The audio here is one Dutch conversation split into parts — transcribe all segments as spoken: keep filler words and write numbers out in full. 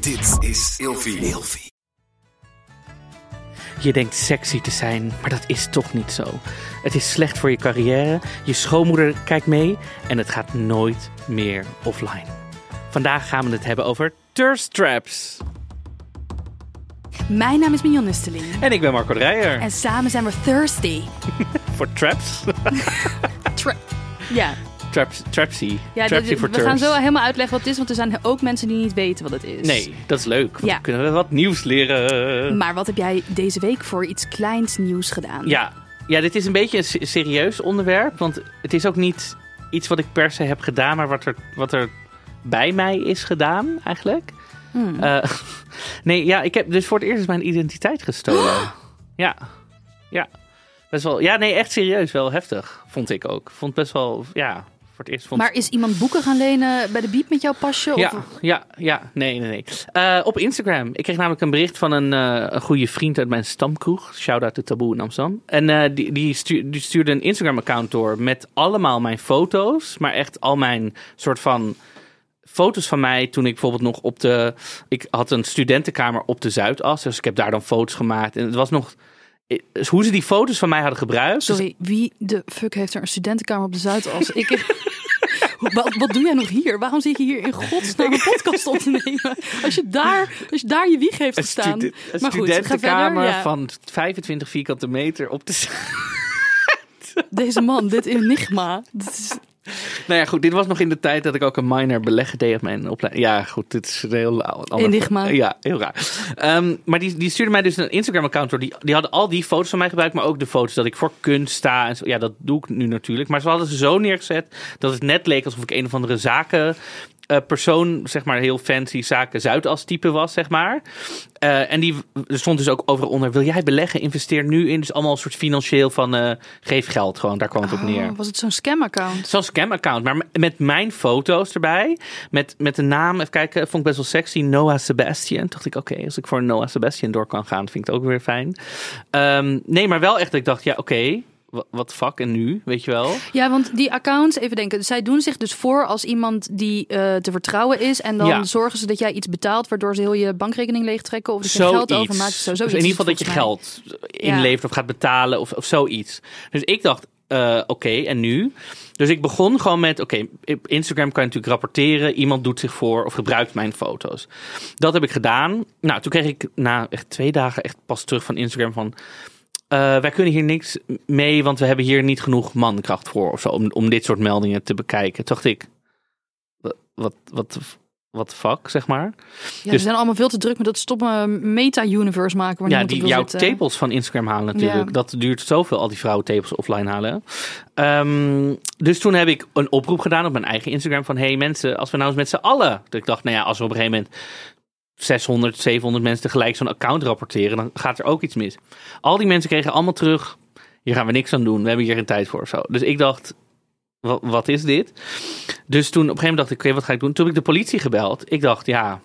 Dit is Ilfie. Ilfie. Je denkt sexy te zijn, maar dat is toch niet zo. Het is slecht voor je carrière, je schoonmoeder kijkt mee en het gaat nooit meer offline. Vandaag gaan we het hebben over thirst traps. Mijn naam is Mignon Nusteling. En ik ben Marco Dreyer. En samen zijn we thirsty. Voor traps? Tra- ja. Traps, trapsy. ja trapsy de, voor we gaan thirst. zo helemaal uitleggen wat het is, want er zijn ook mensen die niet weten wat het is. Nee, dat is leuk. Want Ja. dan kunnen we wat nieuws leren. Maar wat heb jij deze week voor iets kleins nieuws gedaan? Ja, ja, dit is een beetje een se- serieus onderwerp. Want het is ook niet iets wat ik per se heb gedaan, maar wat er, wat er bij mij is gedaan eigenlijk. Hmm. Uh, nee, ja, ik heb dus voor het eerst mijn identiteit gestolen. Ja, ja. Best wel, ja, nee, echt serieus wel heftig, vond ik ook. Vond best wel, ja, voor het eerst vond Maar is iemand boeken gaan lenen bij de Biep met jouw pasje? Ja, Of... ja, ja, nee, nee, nee. Uh, op Instagram. Ik kreeg namelijk een bericht van een, uh, een goede vriend uit mijn stamkroeg. Shout-out to Taboe in Amsterdam. En uh, die, die, stuur, die stuurde een Instagram-account door met allemaal mijn foto's. Maar echt al mijn soort van foto's van mij toen ik bijvoorbeeld nog op de... Ik had een studentenkamer op de Zuidas. Dus ik heb daar dan foto's gemaakt. En het was nog... Hoe ze die foto's van mij hadden gebruikt. Sorry, wie de fuck heeft er een studentenkamer op de Zuidas? ik... Wat, wat doe jij nog hier? Waarom zit je hier in godsnaam een podcast op te nemen? Als je daar, als je, daar je wieg heeft gestaan. Een, studi- een maar goed, studentenkamer ga verder, ja. van vijfentwintig vierkante meter op de... Deze man, dit enigma. Dit is... Nou ja, goed, dit was nog in de tijd dat ik ook een minor beleggen deed op mijn opleiding. Ja, goed, dit is een heel... Ander... Enigma. Ja, heel raar. Um, maar die, die stuurde mij dus een Instagram-account door. Die, die hadden al die foto's van mij gebruikt, maar ook de foto's dat ik voor kunst sta. En zo. Ja, dat doe ik nu natuurlijk. Maar ze hadden ze zo neergezet dat het net leek alsof ik een of andere zaken... Uh, persoon, zeg maar, heel fancy zaken Zuidas type was, zeg maar. Uh, en die er stond dus ook overal onder, wil jij beleggen, investeer nu in. Dus allemaal een soort financieel van, uh, geef geld gewoon, daar kwam het oh, op neer. Was het zo'n scam-account? Zo'n scam-account, maar met mijn foto's erbij, met, met de naam, even kijken, vond ik best wel sexy, Noah Sebastian. Toen dacht ik, oké, okay, als ik voor Noah Sebastian door kan gaan, vind ik het ook weer fijn. Um, nee, maar wel echt dat ik dacht, ja, oké, okay, wat fuck en nu, weet je wel? Ja, want die accounts, even denken, zij doen zich dus voor als iemand die uh, te vertrouwen is. En dan ja. zorgen ze dat jij iets betaalt, waardoor ze heel je bankrekening leegtrekken. Of dat je zoiets. geld overmaakt. Zo, dus in ieder geval dat je mij. geld inlevert ja. of gaat betalen of, of zoiets. Dus ik dacht, uh, oké, okay, en nu? Dus ik begon gewoon met, oké, okay, op Instagram kan je natuurlijk rapporteren. Iemand doet zich voor of gebruikt mijn foto's. Dat heb ik gedaan. Nou, toen kreeg ik na echt twee dagen echt pas terug van Instagram van... Uh, wij kunnen hier niks mee, want we hebben hier niet genoeg mankracht voor of zo, om, om dit soort meldingen te bekijken. Toen dacht ik, wat, wat, wat fuck, zeg maar. Ja, dus, we zijn allemaal veel te druk met dat stomme meta-universe maken. Ja, die jouw zitten. tepels van Instagram halen natuurlijk. Ja. Dat duurt zoveel, al die vrouwen tepels offline halen. Um, dus toen heb ik een oproep gedaan op mijn eigen Instagram van, hey mensen, als we nou eens met z'n allen... Dat ik dacht, nou ja, als we op een gegeven moment... zeshonderd, zevenhonderd mensen tegelijk zo'n account rapporteren, dan gaat er ook iets mis. Al die mensen kregen allemaal terug, hier gaan we niks aan doen, we hebben hier geen tijd voor of zo. Dus ik dacht, wat, wat is dit? Dus toen op een gegeven moment dacht ik, oké, okay, wat ga ik doen? Toen heb ik de politie gebeld. Ik dacht, ja,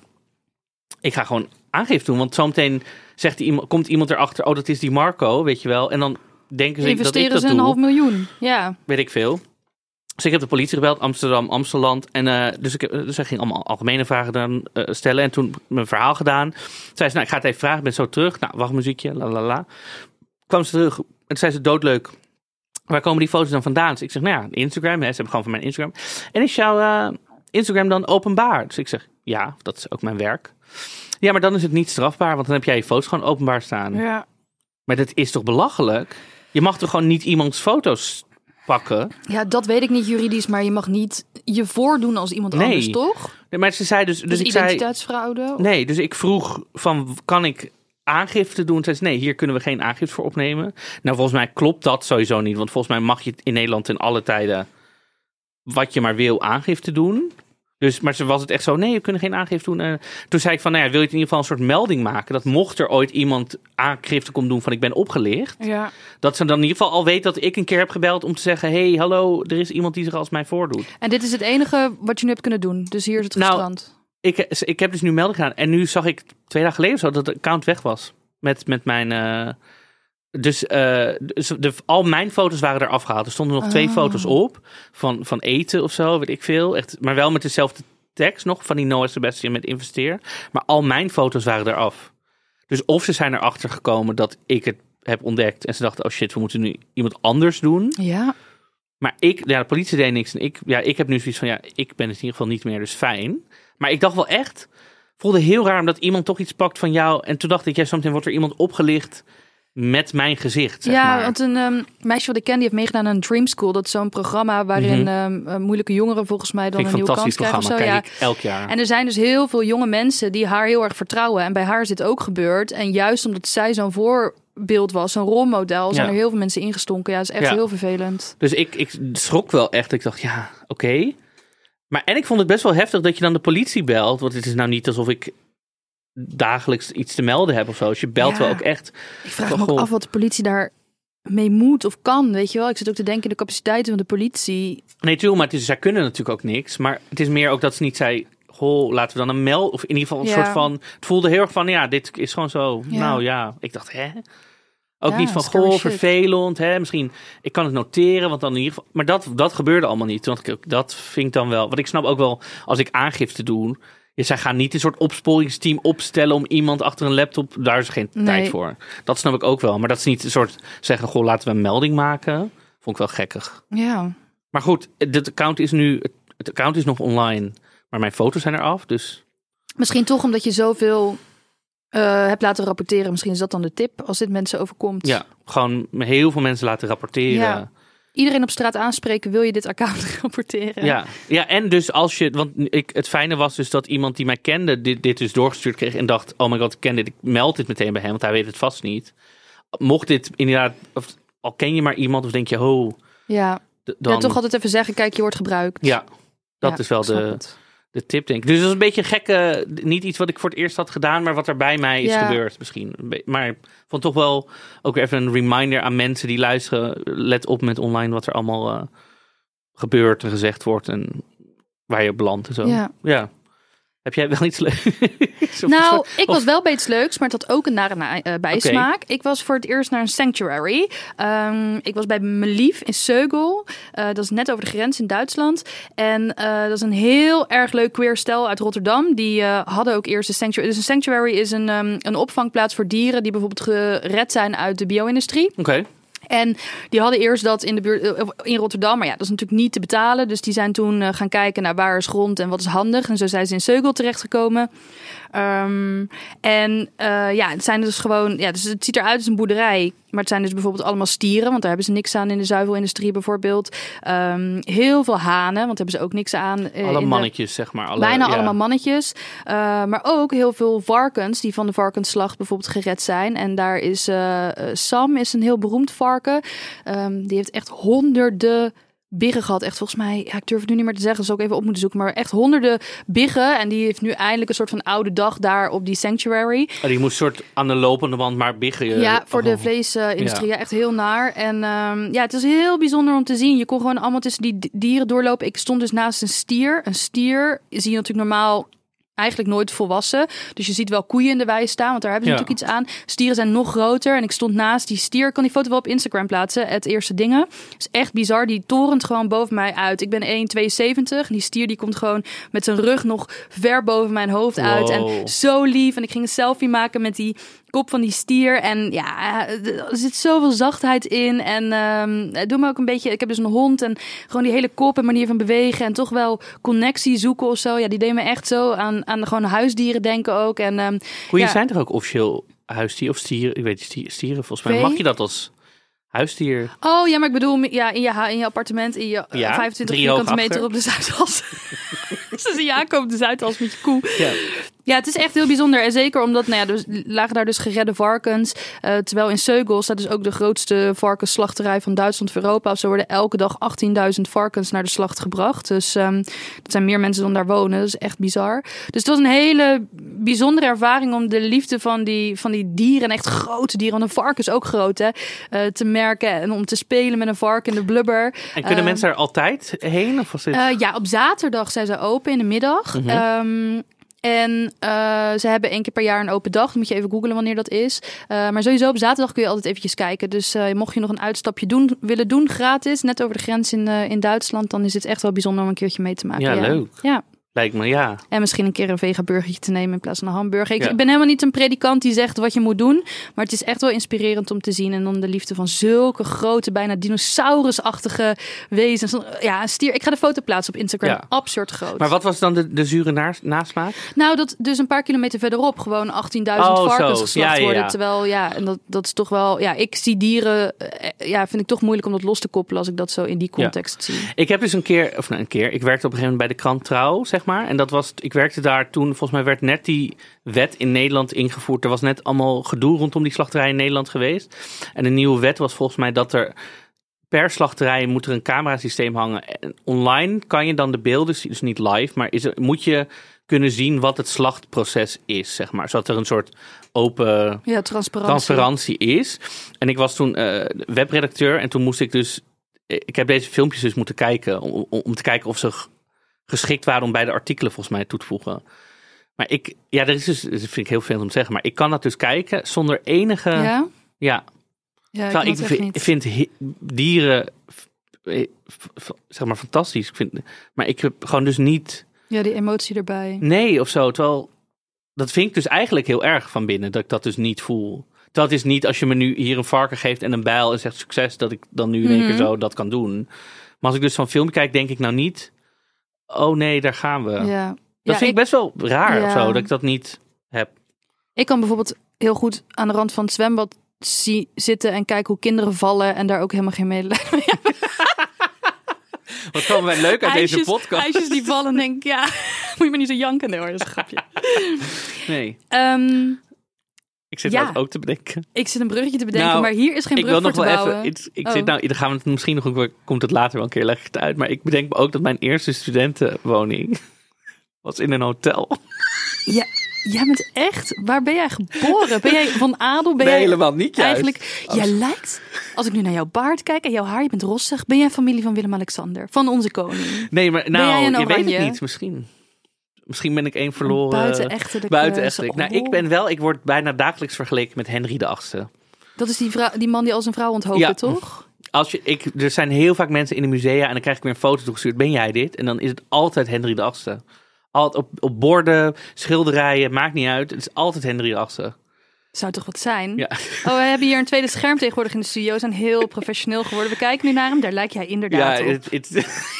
ik ga gewoon aangifte doen, want zometeen zegt die, komt iemand erachter, oh, dat is die Marco, weet je wel. En dan denken ze dat ik dat doe. Investeren ze een half miljoen, ja. Weet ik veel. Dus ik heb de politie gebeld, Amsterdam, Amsterdam. En uh, dus, ik, dus ik ging allemaal algemene vragen dan, uh, stellen. En toen mijn verhaal gedaan. Toen zei ze, nou, ik ga het even vragen, ik ben zo terug. Nou, wachtmuziekje, la la la. Kwam ze terug en toen zei ze, doodleuk. Waar komen die foto's dan vandaan? Dus ik zeg, nou ja, Instagram. Hè, ze hebben gewoon van mijn Instagram. En is jouw uh, Instagram dan openbaar? Dus ik zeg, ja, dat is ook mijn werk. Ja, maar dan is het niet strafbaar, want dan heb jij je foto's gewoon openbaar staan. Ja. Maar dat is toch belachelijk? Je mag toch gewoon niet iemands foto's pakken. Ja, dat weet ik niet juridisch, maar je mag niet je voordoen als iemand nee. anders, toch? Nee, maar ze zei dus... Dus, dus ik identiteitsfraude? Zei, nee, dus ik vroeg van, kan ik aangifte doen? Ze zei, nee, hier kunnen we geen aangifte voor opnemen. Nou, volgens mij klopt dat sowieso niet, want volgens mij mag je in Nederland in alle tijden wat je maar wil aangifte doen. Dus, maar ze was het echt zo, nee, we kunnen geen aangifte doen. Uh, toen zei ik van, nou ja, wil je in ieder geval een soort melding maken? Dat mocht er ooit iemand aangifte komt doen van ik ben opgelicht. Ja. Dat ze dan in ieder geval al weet dat ik een keer heb gebeld om te zeggen, hey, hallo, er is iemand die zich als mij voordoet. En dit is het enige wat je nu hebt kunnen doen. Dus hier is het gestrand. Nou, ik, ik heb dus nu melding gedaan. En nu zag ik twee dagen geleden of zo dat de account weg was. Met, met mijn... Uh, Dus, uh, dus de, al mijn foto's waren er afgehaald. Er stonden nog twee oh. foto's op van, van eten of zo, weet ik veel. Echt, maar wel met dezelfde tags nog van die Noah Sebastian met investeer. Maar al mijn foto's waren eraf. Dus of ze zijn erachter gekomen dat ik het heb ontdekt. En ze dachten, oh shit, we moeten nu iemand anders doen. Ja. Maar ik, ja, de politie deed niks. En ik, ja, ik heb nu zoiets van, ja, ik ben het in ieder geval niet meer, dus fijn. Maar ik dacht wel echt, voelde heel raar omdat iemand toch iets pakt van jou. En toen dacht ik, ja, zometeen wordt er iemand opgelicht met mijn gezicht, zeg ja, maar. want een um, meisje wat ik ken, die heeft meegedaan aan Dream School. Dat is zo'n programma waarin mm-hmm. um, moeilijke jongeren volgens mij dan Vind een nieuwe kans krijgen of zo. Kijk ja. ik elk jaar. En er zijn dus heel veel jonge mensen die haar heel erg vertrouwen. En bij haar is dit ook gebeurd. En juist omdat zij zo'n voorbeeld was, zo'n rolmodel, zijn ja. er heel veel mensen ingestonken. Ja, dat is echt ja. heel vervelend. Dus ik, ik schrok wel echt. Ik dacht, ja, oké. Okay. Maar en ik vond het best wel heftig dat je dan de politie belt. Want het is nou niet alsof ik dagelijks iets te melden heb of zo. Dus je belt ja. wel ook echt. Ik vraag me ook af wat de politie daar mee moet of kan, weet je wel. Ik zit ook te denken in de capaciteiten van de politie. Nee, tuurlijk, maar het is, zij kunnen natuurlijk ook niks. Maar het is meer ook dat ze niet zei, goh, laten we dan een meld, of in ieder geval een ja. soort van, het voelde heel erg van, ja, dit is gewoon zo. Ja. Nou ja, ik dacht, hè? Ook ja, niet van, goh, shit. vervelend, hè? Misschien, ik kan het noteren, want dan in ieder geval, maar dat, dat gebeurde allemaal niet. Toen dacht ik ook, dat vind ik dan wel, want ik snap ook wel, als ik aangifte doe, ja, zij gaan niet een soort opsporingsteam opstellen om iemand achter een laptop. Daar is geen nee. tijd voor. Dat snap ik ook wel. Maar dat is niet een soort zeggen, goh, laten we een melding maken. Vond ik wel gekkig. Ja. Maar goed, het account is nu, het account is nog online. Maar mijn foto's zijn eraf, dus. Misschien toch omdat je zoveel uh, hebt laten rapporteren. Misschien is dat dan de tip als dit mensen overkomt. Ja, gewoon heel veel mensen laten rapporteren. Ja. Iedereen op straat aanspreken, wil je dit account rapporteren? Ja, ja, en dus als je, want ik, het fijne was dus dat iemand die mij kende dit, dit dus doorgestuurd kreeg en dacht, oh my god, ik ken dit, ik meld dit meteen bij hem, want hij weet het vast niet. Mocht dit inderdaad, of, al ken je maar iemand of denk je, oh. Ja, d- dan, ja toch altijd even zeggen, kijk, je wordt gebruikt. Ja, dat ja, is wel de, de tip, denk ik. Dus dat is een beetje gekke, niet iets wat ik voor het eerst had gedaan, maar wat er bij mij is ja. gebeurd misschien. Maar ik vond toch wel ook even een reminder aan mensen die luisteren. Let op met online wat er allemaal uh, gebeurt en gezegd wordt en waar je op belandt en zo. Ja. ja. Heb jij wel iets leuks? Nou, soort, ik of... was wel bij iets leuks, maar het had ook een nare na- uh, bijsmaak. Okay. Ik was voor het eerst naar een sanctuary. Um, ik was bij mijn lief in Seugel. Uh, dat is net over de grens in Duitsland. En uh, dat is een heel erg leuk queer stel uit Rotterdam. Die uh, hadden ook eerst een sanctuary. Dus een sanctuary is een, um, een opvangplaats voor dieren die bijvoorbeeld gered zijn uit de bio-industrie. Oké. Okay. En die hadden eerst dat in de buurt in Rotterdam, maar ja, dat is natuurlijk niet te betalen. Dus die zijn toen uh, gaan kijken naar waar is grond en wat is handig. En zo zijn ze in Seugel terechtgekomen. Um, en uh, ja, het zijn dus gewoon, ja, dus het ziet eruit als een boerderij. Maar het zijn dus bijvoorbeeld allemaal stieren, want daar hebben ze niks aan in de zuivelindustrie bijvoorbeeld. Um, heel veel hanen, want daar hebben ze ook niks aan. Uh, alle in mannetjes, de, zeg maar. Alle, bijna ja. allemaal mannetjes. Uh, maar ook heel veel varkens die van de varkensslacht bijvoorbeeld gered zijn. En daar is uh, Sam, is een heel beroemd varken. Um, die heeft echt honderden biggen gehad. Echt volgens mij, ja, ik durf het nu niet meer te zeggen, zou ik even op moeten zoeken, maar echt honderden biggen. En die heeft nu eindelijk een soort van oude dag daar op die sanctuary. Oh, die moest soort aan de lopende band maar biggen. Ja, voor oh. de vleesindustrie. Uh, ja. ja, echt heel naar. En um, ja, het is heel bijzonder om te zien. Je kon gewoon allemaal tussen die dieren doorlopen. Ik stond dus naast een stier. Een stier zie je natuurlijk normaal eigenlijk nooit volwassen. Dus je ziet wel koeien in de wei staan, want daar hebben ze ja. natuurlijk iets aan. Stieren zijn nog groter en ik stond naast die stier. Ik kan die foto wel op Instagram plaatsen, het eerste dingen. Het is echt bizar, die torent gewoon boven mij uit. Ik ben één komma tweeënzeventig en die stier die komt gewoon met zijn rug nog ver boven mijn hoofd wow. uit. En zo lief. En ik ging een selfie maken met die kop van die stier. En ja, er zit zoveel zachtheid in. En um, doe me ook een beetje, ik heb dus een hond en gewoon die hele kop en manier van bewegen en toch wel connectie zoeken of zo. Ja, die deed me echt zo aan, aan de gewoon huisdieren denken ook. En um, Koeien ja. zijn toch ook officieel huisdier of stieren? Ik weet stieren, stieren volgens mij. Vee? Mag je dat als huisdier? Oh ja, maar ik bedoel, ja, in, je, in je appartement, in je ja, vijfentwintig vierkante meter op de Zuidas. Dus een Jacob de Zuidas met je koe. Ja. Ja, het is echt heel bijzonder. En zeker omdat, nou ja, dus lagen daar dus geredde varkens. Uh, terwijl in Seugel staat dus ook de grootste varkensslachterij van Duitsland of Europa. Of zo worden elke dag achttienduizend varkens naar de slacht gebracht. Dus um, dat zijn meer mensen dan daar wonen. Dat is echt bizar. Dus het was een hele bijzondere ervaring om de liefde van die, van die dieren, en echt grote dieren, want een varken is ook groot, hè, uh, te merken. En om te spelen met een varken in de blubber. En kunnen uh, mensen er altijd heen? Of was dit... uh, ja, op zaterdag zijn ze open in de middag. Mm-hmm. Um, En uh, ze hebben één keer per jaar een open dag. Dan moet je even googlen wanneer dat is. Uh, maar sowieso op zaterdag kun je altijd eventjes kijken. Dus uh, mocht je nog een uitstapje doen, willen doen, gratis, net over de grens in, uh, in Duitsland, dan is het echt wel bijzonder om een keertje mee te maken. Ja, ja. leuk. Ja. Lijkt me, ja. En misschien een keer een vegaburgertje te nemen in plaats van een hamburger. Ik, Ja. ik ben helemaal niet een predikant die zegt wat je moet doen. Maar het is echt wel inspirerend om te zien. En dan de liefde van zulke grote, bijna dinosaurusachtige wezens. Ja, een stier. Ik ga de foto plaatsen op Instagram. Ja. Absurd groot. Maar wat was dan de, de zure na- nasmaak? Nou, dat dus een paar kilometer verderop gewoon achttienduizend Oh, varkens zo. geslacht Ja, ja, worden. ja. Terwijl, ja, en dat, dat is toch wel... Ja, ik zie dieren... eh, Ja, vind ik toch moeilijk om dat los te koppelen als ik dat zo in die context zie. Ik heb dus een keer, of nou een keer, ik werkte op een gegeven moment bij de krant Trouw, zeg maar. En dat was, ik werkte daar toen, volgens mij werd net die wet in Nederland ingevoerd. Er was net allemaal gedoe rondom die slachterij in Nederland geweest. En een nieuwe wet was volgens mij dat er per slachterij moet er een camerasysteem hangen. En online kan je dan de beelden zien, dus niet live, maar is er, moet je kunnen zien wat het slachtproces is, zeg maar. Zodat er een soort open Ja, transparantie. transparantie is. En ik was toen uh, webredacteur en toen moest ik dus... Ik heb deze filmpjes dus moeten kijken om, om te kijken of ze g- geschikt waren om bij de artikelen volgens mij toe te voegen. Maar ik... Ja, dat is dus... Dat vind ik heel veel om te zeggen. Maar ik kan dat dus kijken zonder enige... Ja? Ja. Ja, ik, Terwijl kan ik het vind, echt niet. vind hi- dieren f- f- f- zeg maar fantastisch. Ik vind, maar ik heb gewoon dus niet... Ja, die emotie erbij. Nee, of zo. Terwijl, dat vind ik dus eigenlijk heel erg van binnen, dat ik dat dus niet voel. Dat is niet als je me nu hier een varken geeft en een bijl en zegt succes, dat ik dan nu in één keer zo dat kan doen. Maar als ik dus zo'n film kijk, denk ik nou niet, oh nee, daar gaan we. Ja. Dat Ja, vind ik best wel raar Ja. of zo, dat ik dat niet heb. Ik kan bijvoorbeeld heel goed aan de rand van het zwembad zie, zitten en kijken hoe kinderen vallen en daar ook helemaal geen medelijden mee hebben. Wat komen wij leuk uit deze podcast. Ijsjes die vallen, denk ik, ja, moet je maar niet zo janken, nee hoor, dat is een grapje. Nee, Ehm, ik zit Ja. dat ook te bedenken. ik zit een bruggetje te bedenken, Nou, maar hier is geen Ik brug wil voor nog te wel bouwen. even. Ik, ik Oh. zit nou, dan gaan we het misschien nog een komt het later wel een keer leg ik het uit. Maar ik bedenk me ook dat mijn eerste studentenwoning was in een hotel. Ja, jij bent echt, waar ben jij geboren? Ben jij van adel? Ben Nee, jij helemaal niet juist. Eigenlijk, jij lijkt, als ik nu naar jouw baard kijk en jouw haar, je bent rossig. Ben jij familie van Willem-Alexander? Van onze koning? Nee, maar jij nou, een je weet oranje? het niet. Misschien. Misschien ben ik één verloren. Buitenechtelijke... Buitenechtelijk. Nou, ik Oh. ben wel, ik word bijna dagelijks vergeleken met Henry de Achtste. Dat is die, vrouw, die man die al zijn vrouw onthoofde, Ja. toch? Als je, ik, er zijn heel vaak mensen in de musea en dan krijg ik weer een foto toegestuurd. Ben jij dit? En dan is het altijd Henry de Achtste. Altijd op, op borden, schilderijen, maakt niet uit. Het is altijd Henry de Achtste. Zou toch wat zijn? Ja. Oh, we hebben hier een tweede scherm tegenwoordig in de studio. We zijn heel professioneel geworden. We kijken nu naar hem. Daar lijk jij inderdaad Ja, op. het, het,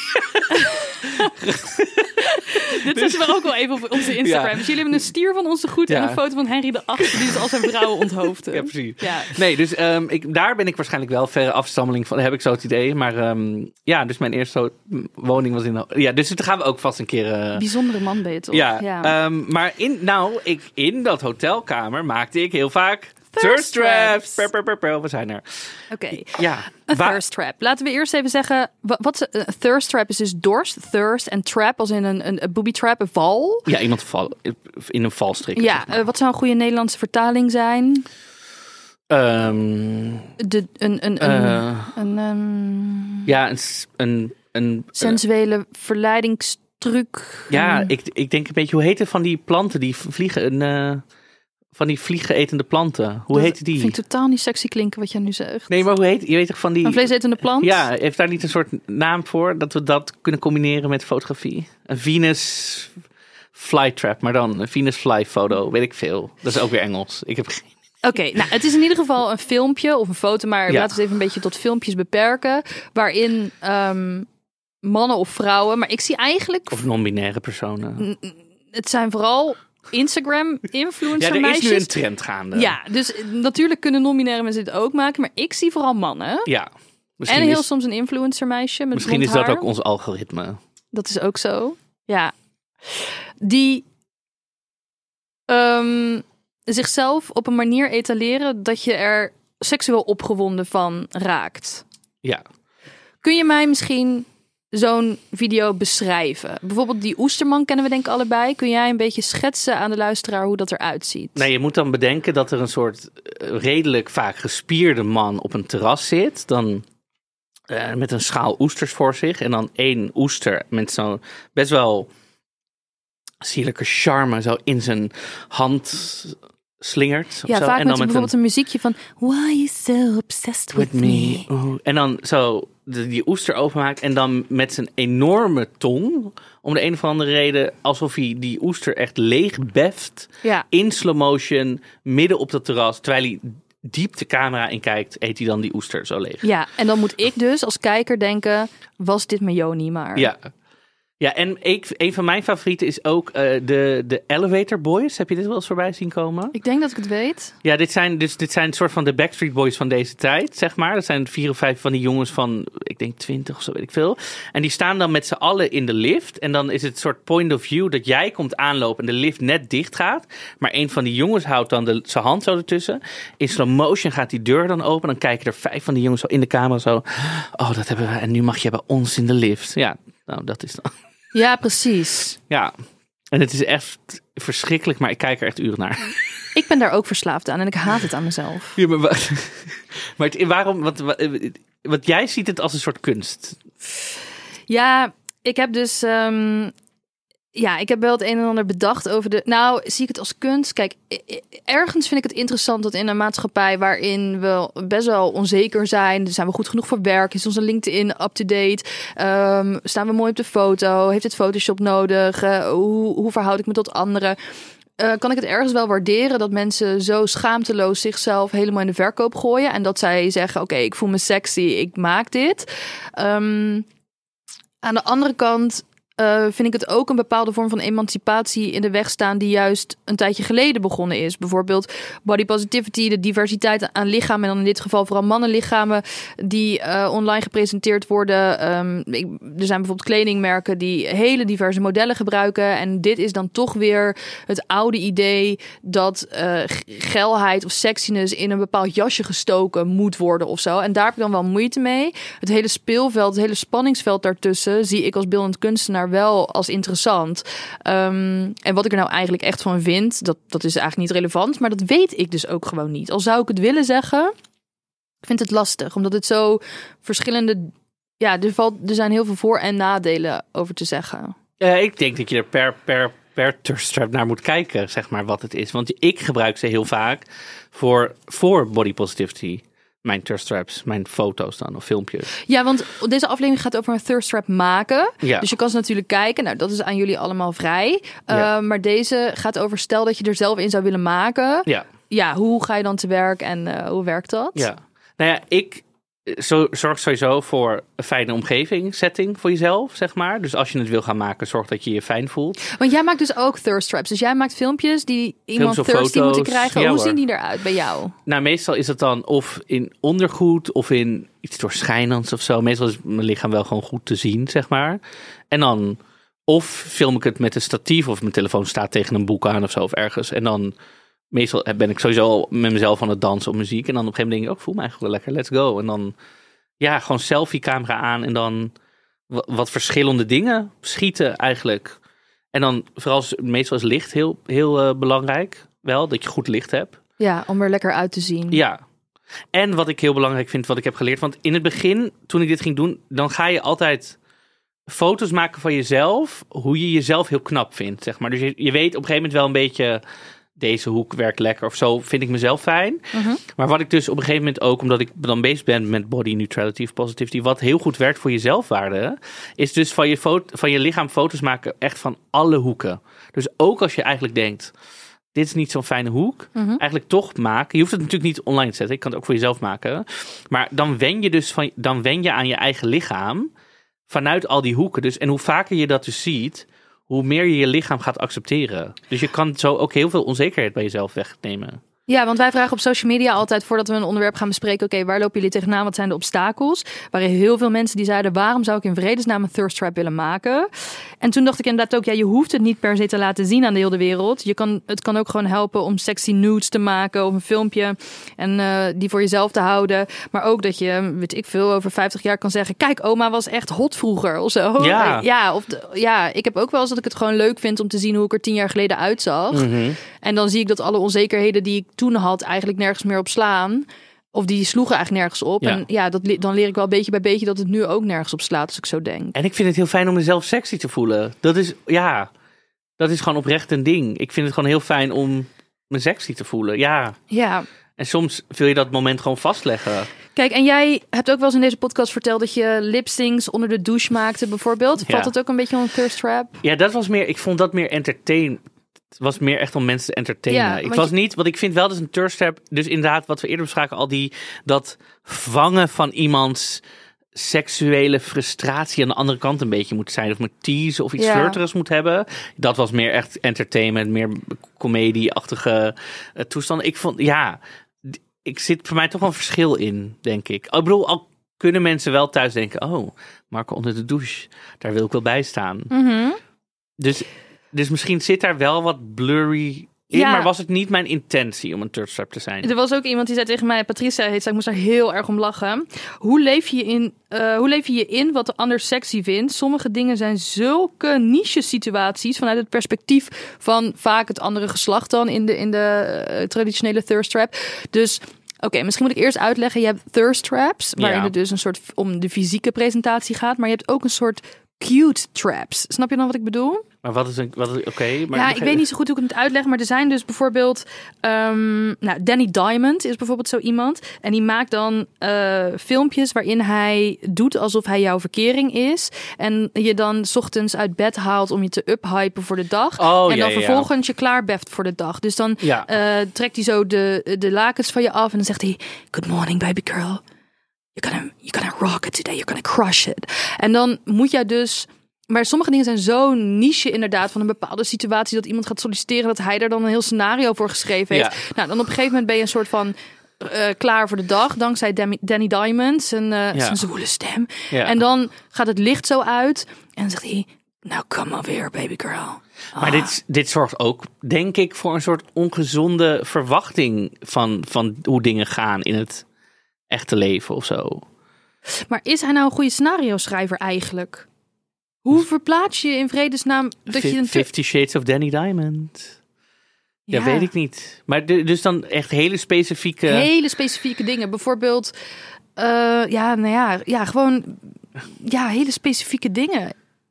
Dit zetten we ook wel even op onze Instagram. Ja. Dus jullie hebben een stier van onze goed en Ja. een foto van Henry de Achtste die dus al zijn vrouw onthoofde. ja, precies. Ja. Nee, dus um, ik, daar ben ik waarschijnlijk wel verre afstammeling van. Heb ik zo het idee. Maar um, ja, dus mijn eerste woning was in... Ja, dus daar gaan we ook vast een keer... Uh, Bijzondere man ben je toch? ja, ja. Um, maar in, nou, ik, in dat hotelkamer maakte ik heel vaak... Thirst Thirst traps. traps. Per, per, per, per. We zijn er. Oké. Ja. Een Wa- thirst trap. Laten we eerst even zeggen, wa- wat ze- een thirst trap is dus dorst, thirst en trap als in een, een, een booby trap, een val. Ja, iemand val, in een valstrik. Ja, eh, wat zou een goede Nederlandse vertaling zijn? Um, De, een, een, een, eh, een, een ja, een... s- een, een sensuele verleidingstruc. ja, Een- ik, ik denk een beetje... Hoe heet het van die planten die vliegen... Een, uh, van die vliegenetende planten. Hoe dat heet die? vind ik totaal niet sexy klinken wat jij nu zegt. Nee, maar hoe heet... Je weet toch van die... Een vleesetende plant? Ja, heeft daar niet een soort naam voor? Dat we dat kunnen combineren met fotografie? Een Venus flytrap, maar dan een Venus fly foto, weet ik veel. Dat is ook weer Engels. Ik heb geen... Oké, nou het is in ieder geval een filmpje of een foto, maar Ja. laten we het even een beetje tot filmpjes beperken. Waarin ehm, mannen of vrouwen, maar ik zie eigenlijk, Of non-binaire personen. het zijn vooral Ja, Instagram-influencer er is meisjes. nu een trend gaande. Ja, dus natuurlijk kunnen non-binaire mensen dit ook maken, maar ik zie vooral mannen. Ja. Misschien En heel is, soms een influencer meisje met misschien blond is dat haar. ook ons algoritme. Dat is ook zo. Ja. Die ehm, zichzelf op een manier etaleren dat je er seksueel opgewonden van raakt. Ja. Kun je mij misschien zo'n video beschrijven? Bijvoorbeeld die oesterman kennen we denk ik allebei. Kun jij een beetje schetsen aan de luisteraar hoe dat eruit ziet? Nee, je moet dan bedenken dat er een soort eh, redelijk vaak gespierde man op een terras zit. Dan eh, met een schaal oesters voor zich. En dan één oester met zo'n best wel sierlijke charme zo in zijn hand slingert. of Ja, zo. vaak En met dan bijvoorbeeld een... muziekje van Why you so obsessed with, with me? me. Oeh. En dan zo de, die oester openmaakt en dan met zijn enorme tong, om de een of andere reden, alsof hij die oester echt leeg beft, Ja. in slow motion, midden op dat terras, terwijl hij diep de camera in kijkt, eet hij dan die oester zo leeg. Ja, en dan moet ik dus als kijker denken, was dit mijn Joni maar? Ja. Ja, en ik, een van mijn favorieten is ook uh, de, de Elevator Boys. Heb je dit wel eens voorbij zien komen? Ik denk dat ik het weet. Ja, dit zijn, dus, dit zijn een soort van de Backstreet Boys van deze tijd, zeg maar. Dat zijn vier of vijf van die jongens van, ik denk twintig of zo, weet ik veel. En die staan dan met z'n allen in de lift. En dan is het een soort point of view dat jij komt aanlopen en de lift net dicht gaat. Maar een van die jongens houdt dan de, zijn hand zo ertussen. In slow motion gaat die deur dan open. Dan kijken er vijf van die jongens zo in de camera zo. Oh, dat hebben we. En nu mag je bij ons in de lift. Ja, nou, dat is dan... Ja, precies. Ja, en het is echt verschrikkelijk, maar ik kijk er echt uren naar. Ik ben daar ook verslaafd aan en ik haat het aan mezelf. Ja, maar maar het, waarom? Want, want jij ziet het als een soort kunst. Ja, ik heb dus... Um, ja, ik heb wel het een en ander bedacht over de... Nou, zie ik het als kunst? Kijk, ergens vind ik het interessant dat in een maatschappij waarin we best wel onzeker zijn, zijn we goed genoeg voor werk, is onze LinkedIn up-to-date, um, staan we mooi op de foto, heeft het Photoshop nodig, uh, hoe, hoe verhoud ik me tot anderen? Uh, kan ik het ergens wel waarderen dat mensen zo schaamteloos zichzelf helemaal in de verkoop gooien en dat zij zeggen, oké, okay, ik voel me sexy, ik maak dit. Um, aan de andere kant Uh, vind ik het ook een bepaalde vorm van emancipatie in de weg staan die juist een tijdje geleden begonnen is. Bijvoorbeeld body positivity, de diversiteit aan lichamen en dan in dit geval vooral mannenlichamen die uh, online gepresenteerd worden. Um, ik, er zijn bijvoorbeeld kledingmerken die hele diverse modellen gebruiken en dit is dan toch weer het oude idee dat uh, geilheid of sexiness in een bepaald jasje gestoken moet worden of zo. En daar heb ik dan wel moeite mee. Het hele speelveld, het hele spanningsveld daartussen zie ik als beeldend kunstenaar wel als interessant. Um, en wat ik er nou eigenlijk echt van vind, dat, dat is eigenlijk niet relevant, maar dat weet ik dus ook gewoon niet. Al zou ik het willen zeggen, ik vind het lastig, omdat het zo verschillende... Ja, er, valt, er zijn heel veel voor- en nadelen over te zeggen. Uh, ik denk dat je er per, per, per thirsttrap naar moet kijken, zeg maar, wat het is. Want ik gebruik ze heel vaak voor, voor body positivity. Mijn thirsttraps, mijn foto's dan, of filmpjes. Ja, want deze aflevering gaat over een thirsttrap maken. Ja. Dus je kan ze natuurlijk kijken. Nou, dat is aan jullie allemaal vrij. Ja. Uh, maar deze gaat over, stel dat je er zelf in zou willen maken. Ja. Ja, hoe ga je dan te werk en uh, hoe werkt dat? Ja. Nou ja, ik zo, zorg sowieso voor een fijne omgeving, setting voor jezelf, zeg maar. Dus als je het wil gaan maken, zorg dat je je fijn voelt. Want jij maakt dus ook thirst traps. Dus jij maakt filmpjes die iemand thirsty foto's moeten krijgen. Ja, hoe hoor. Zien die eruit bij jou? Nou, meestal is het dan of in ondergoed of in iets doorschijnends of zo. Meestal is mijn lichaam wel gewoon goed te zien, zeg maar. En dan of film ik het met een statief of mijn telefoon staat tegen een boek aan of zo of ergens. En dan meestal ben ik sowieso met mezelf aan het dansen op muziek. En dan op een gegeven moment denk ik, oh, ik voel me eigenlijk wel lekker, let's go. En dan, ja, gewoon selfie-camera aan en dan wat, wat verschillende dingen schieten eigenlijk. En dan, vooral, meestal is licht heel, heel uh, belangrijk. Wel, dat je goed licht hebt. Ja, om er lekker uit te zien. Ja. En wat ik heel belangrijk vind, wat ik heb geleerd. Want in het begin, toen ik dit ging doen, dan ga je altijd foto's maken van jezelf, hoe je jezelf heel knap vindt, zeg maar. Dus je, je weet op een gegeven moment wel een beetje, deze hoek werkt lekker of zo, vind ik mezelf fijn. Uh-huh. Maar wat ik dus op een gegeven moment ook, omdat ik dan bezig ben met body neutrality of positivity, wat heel goed werkt voor je zelfwaarde, is dus van je, foto, van je lichaam foto's maken echt van alle hoeken. Dus ook als je eigenlijk denkt, dit is niet zo'n fijne hoek, uh-huh. eigenlijk toch maken. Je hoeft het natuurlijk niet online te zetten, je kan het ook voor jezelf maken. Maar dan wen je dus van, dan wen je aan je eigen lichaam vanuit al die hoeken. Dus, en hoe vaker je dat dus ziet, hoe meer je je lichaam gaat accepteren. Dus je kan zo ook heel veel onzekerheid bij jezelf wegnemen. Ja, want wij vragen op social media altijd, voordat we een onderwerp gaan bespreken, oké, okay, waar lopen jullie tegenaan? Wat zijn de obstakels? Er waren heel veel mensen die zeiden, waarom zou ik in vredesnaam een thirst trap willen maken? En toen dacht ik inderdaad ook, ja, je hoeft het niet per se te laten zien aan de hele wereld. Je kan, het kan ook gewoon helpen om sexy nudes te maken of een filmpje en uh, die voor jezelf te houden. Maar ook dat je, weet ik veel, over vijftig jaar kan zeggen, kijk, oma was echt hot vroeger of zo. Ja, ja, of de, ja, ik heb ook wel eens dat ik het gewoon leuk vind om te zien hoe ik er tien jaar geleden uitzag. Mm-hmm. En dan zie ik dat alle onzekerheden die ik toen had eigenlijk nergens meer op slaan. Of die sloegen eigenlijk nergens op. Ja. En ja, dat, dan leer ik wel beetje bij beetje dat het nu ook nergens op slaat als ik zo denk. En ik vind het heel fijn om mezelf sexy te voelen. Dat is, ja, dat is gewoon oprecht een ding. Ik vind het gewoon heel fijn om me sexy te voelen. Ja. Ja. En soms wil je dat moment gewoon vastleggen. Kijk, en jij hebt ook wel eens in deze podcast verteld dat je lip-syncs onder de douche maakte, bijvoorbeeld. Valt Ja. dat ook een beetje onder thirst trap? Ja, dat was meer, ik vond dat meer entertain. Het was meer echt om mensen te entertainen. Ja, ik want was je- niet, want ik vind wel dat een thirst trap, dus inderdaad wat we eerder bespraken, al die, dat vangen van iemands seksuele frustratie aan de andere kant een beetje moet zijn. Of moet teasen of iets Ja. flirterigs moet hebben. Dat was meer echt entertainment, meer comedie-achtige uh, toestanden. Ik vond, ja, d- ik zit voor mij toch wel een verschil in, denk ik. Ik bedoel, al kunnen mensen wel thuis denken, oh, Marco onder de douche, daar wil ik wel bij staan. Mhm. Dus, dus misschien zit daar wel wat blurry in, Ja. maar was het niet mijn intentie om een thirst trap te zijn? Er was ook iemand die zei tegen mij, Patricia heet zij, ik moest daar heel erg om lachen. Hoe leef je in, eh, hoe leef je je in wat de ander sexy vindt? Sommige dingen zijn zulke niche situaties vanuit het perspectief van vaak het andere geslacht dan in de, in de eh, traditionele thirst trap. Dus oké, misschien moet ik eerst uitleggen. Je hebt thirst traps, waarin Ja. het dus een soort om de fysieke presentatie gaat. Maar je hebt ook een soort cute traps. Snap je dan wat ik bedoel? Maar wat is een, wat is, oké. maar Ja, ik weet niet zo goed hoe ik het moet uitleggen, maar er zijn dus bijvoorbeeld, um, nou, Danny Diamond is bijvoorbeeld zo iemand en die maakt dan uh, filmpjes waarin hij doet alsof hij jouw verkering is en je dan 's ochtends uit bed haalt om je te uphypen voor de dag Oh, en ja, dan ja, ja. vervolgens je klaarbeft voor de dag. Dus dan Ja. uh, trekt hij zo de, de lakens van je af en dan zegt hij, good morning baby girl, you're gonna, you're gonna rock it today, you're gonna crush it. En dan moet jij dus... Maar sommige dingen zijn zo niche inderdaad van een bepaalde situatie dat iemand gaat solliciteren dat hij er dan een heel scenario voor geschreven heeft. Ja. Nou, dan op een gegeven moment ben je een soort van uh, klaar voor de dag dankzij Demi- Danny Diamond, zijn, uh, Ja. zijn zwoele stem. Ja. En dan gaat het licht zo uit en dan zegt hij, nou come over here baby girl. Maar dit, dit zorgt ook, denk ik, voor een soort ongezonde verwachting van, van hoe dingen gaan in het echte leven of zo. Maar is hij nou een goede scenario schrijver eigenlijk? Hoe verplaats je in vredesnaam dat je een... Fifty Shades of Danny Diamond. Ja, Ja. weet ik niet. Maar de- dus dan echt hele specifieke... Hele specifieke dingen. Bijvoorbeeld, uh, ja, nou ja, ja, gewoon, ja, hele specifieke dingen.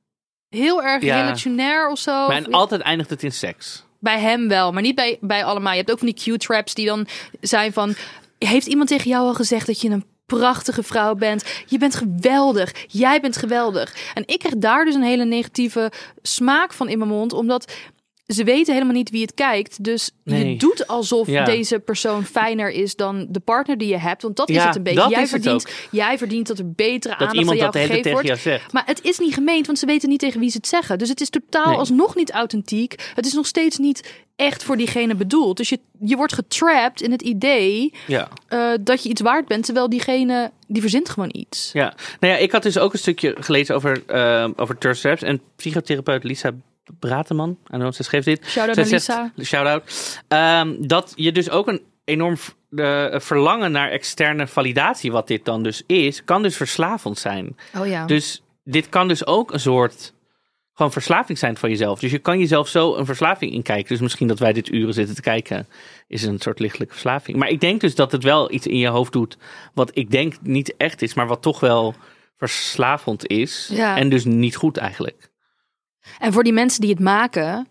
Heel erg Ja. relationair of zo. Maar en altijd eindigt het in seks. Bij hem wel, maar niet bij, bij allemaal. Je hebt ook van die Q-traps die dan zijn van... Heeft iemand tegen jou al gezegd dat je een prachtige vrouw bent? Je bent geweldig. Jij bent geweldig. En ik krijg daar dus een hele negatieve smaak van in mijn mond, omdat ze weten helemaal niet wie het kijkt. Dus Nee. je doet alsof Ja. deze persoon fijner is dan de partner die je hebt. Want dat is Ja, het een beetje. dat Jij is het verdient, ook. jij verdient dat er betere Dat aandacht iemand aan jou dat de hele gegeven tijd tegen wordt. jou zegt. Maar het is niet gemeend, want ze weten niet tegen wie ze het zeggen. Dus het is totaal Nee. alsnog niet authentiek. Het is nog steeds niet echt voor diegene bedoeld. Dus je, je wordt getrapt in het idee Ja. uh, dat je iets waard bent, terwijl diegene, die verzint gewoon iets. Ja. Nou ja, ik had dus ook een stukje gelezen over, uh, over thirst traps. En psychotherapeut Lisa Brateman, en ze schreef dit. Shout-out Zij naar zegt- Lisa. Shout-out. Um, dat je dus ook een enorm uh, verlangen naar externe validatie, wat dit dan dus is, kan dus verslavend zijn. Oh ja. Dus dit kan dus ook een soort gewoon verslaving zijn van jezelf. Dus je kan jezelf zo een verslaving inkijken. Dus misschien dat wij dit uren zitten te kijken, is een soort lichtelijke verslaving. Maar ik denk dus dat het wel iets in je hoofd doet wat ik denk niet echt is, maar wat toch wel verslavend is. Ja. En dus niet goed eigenlijk. En voor die mensen die het maken,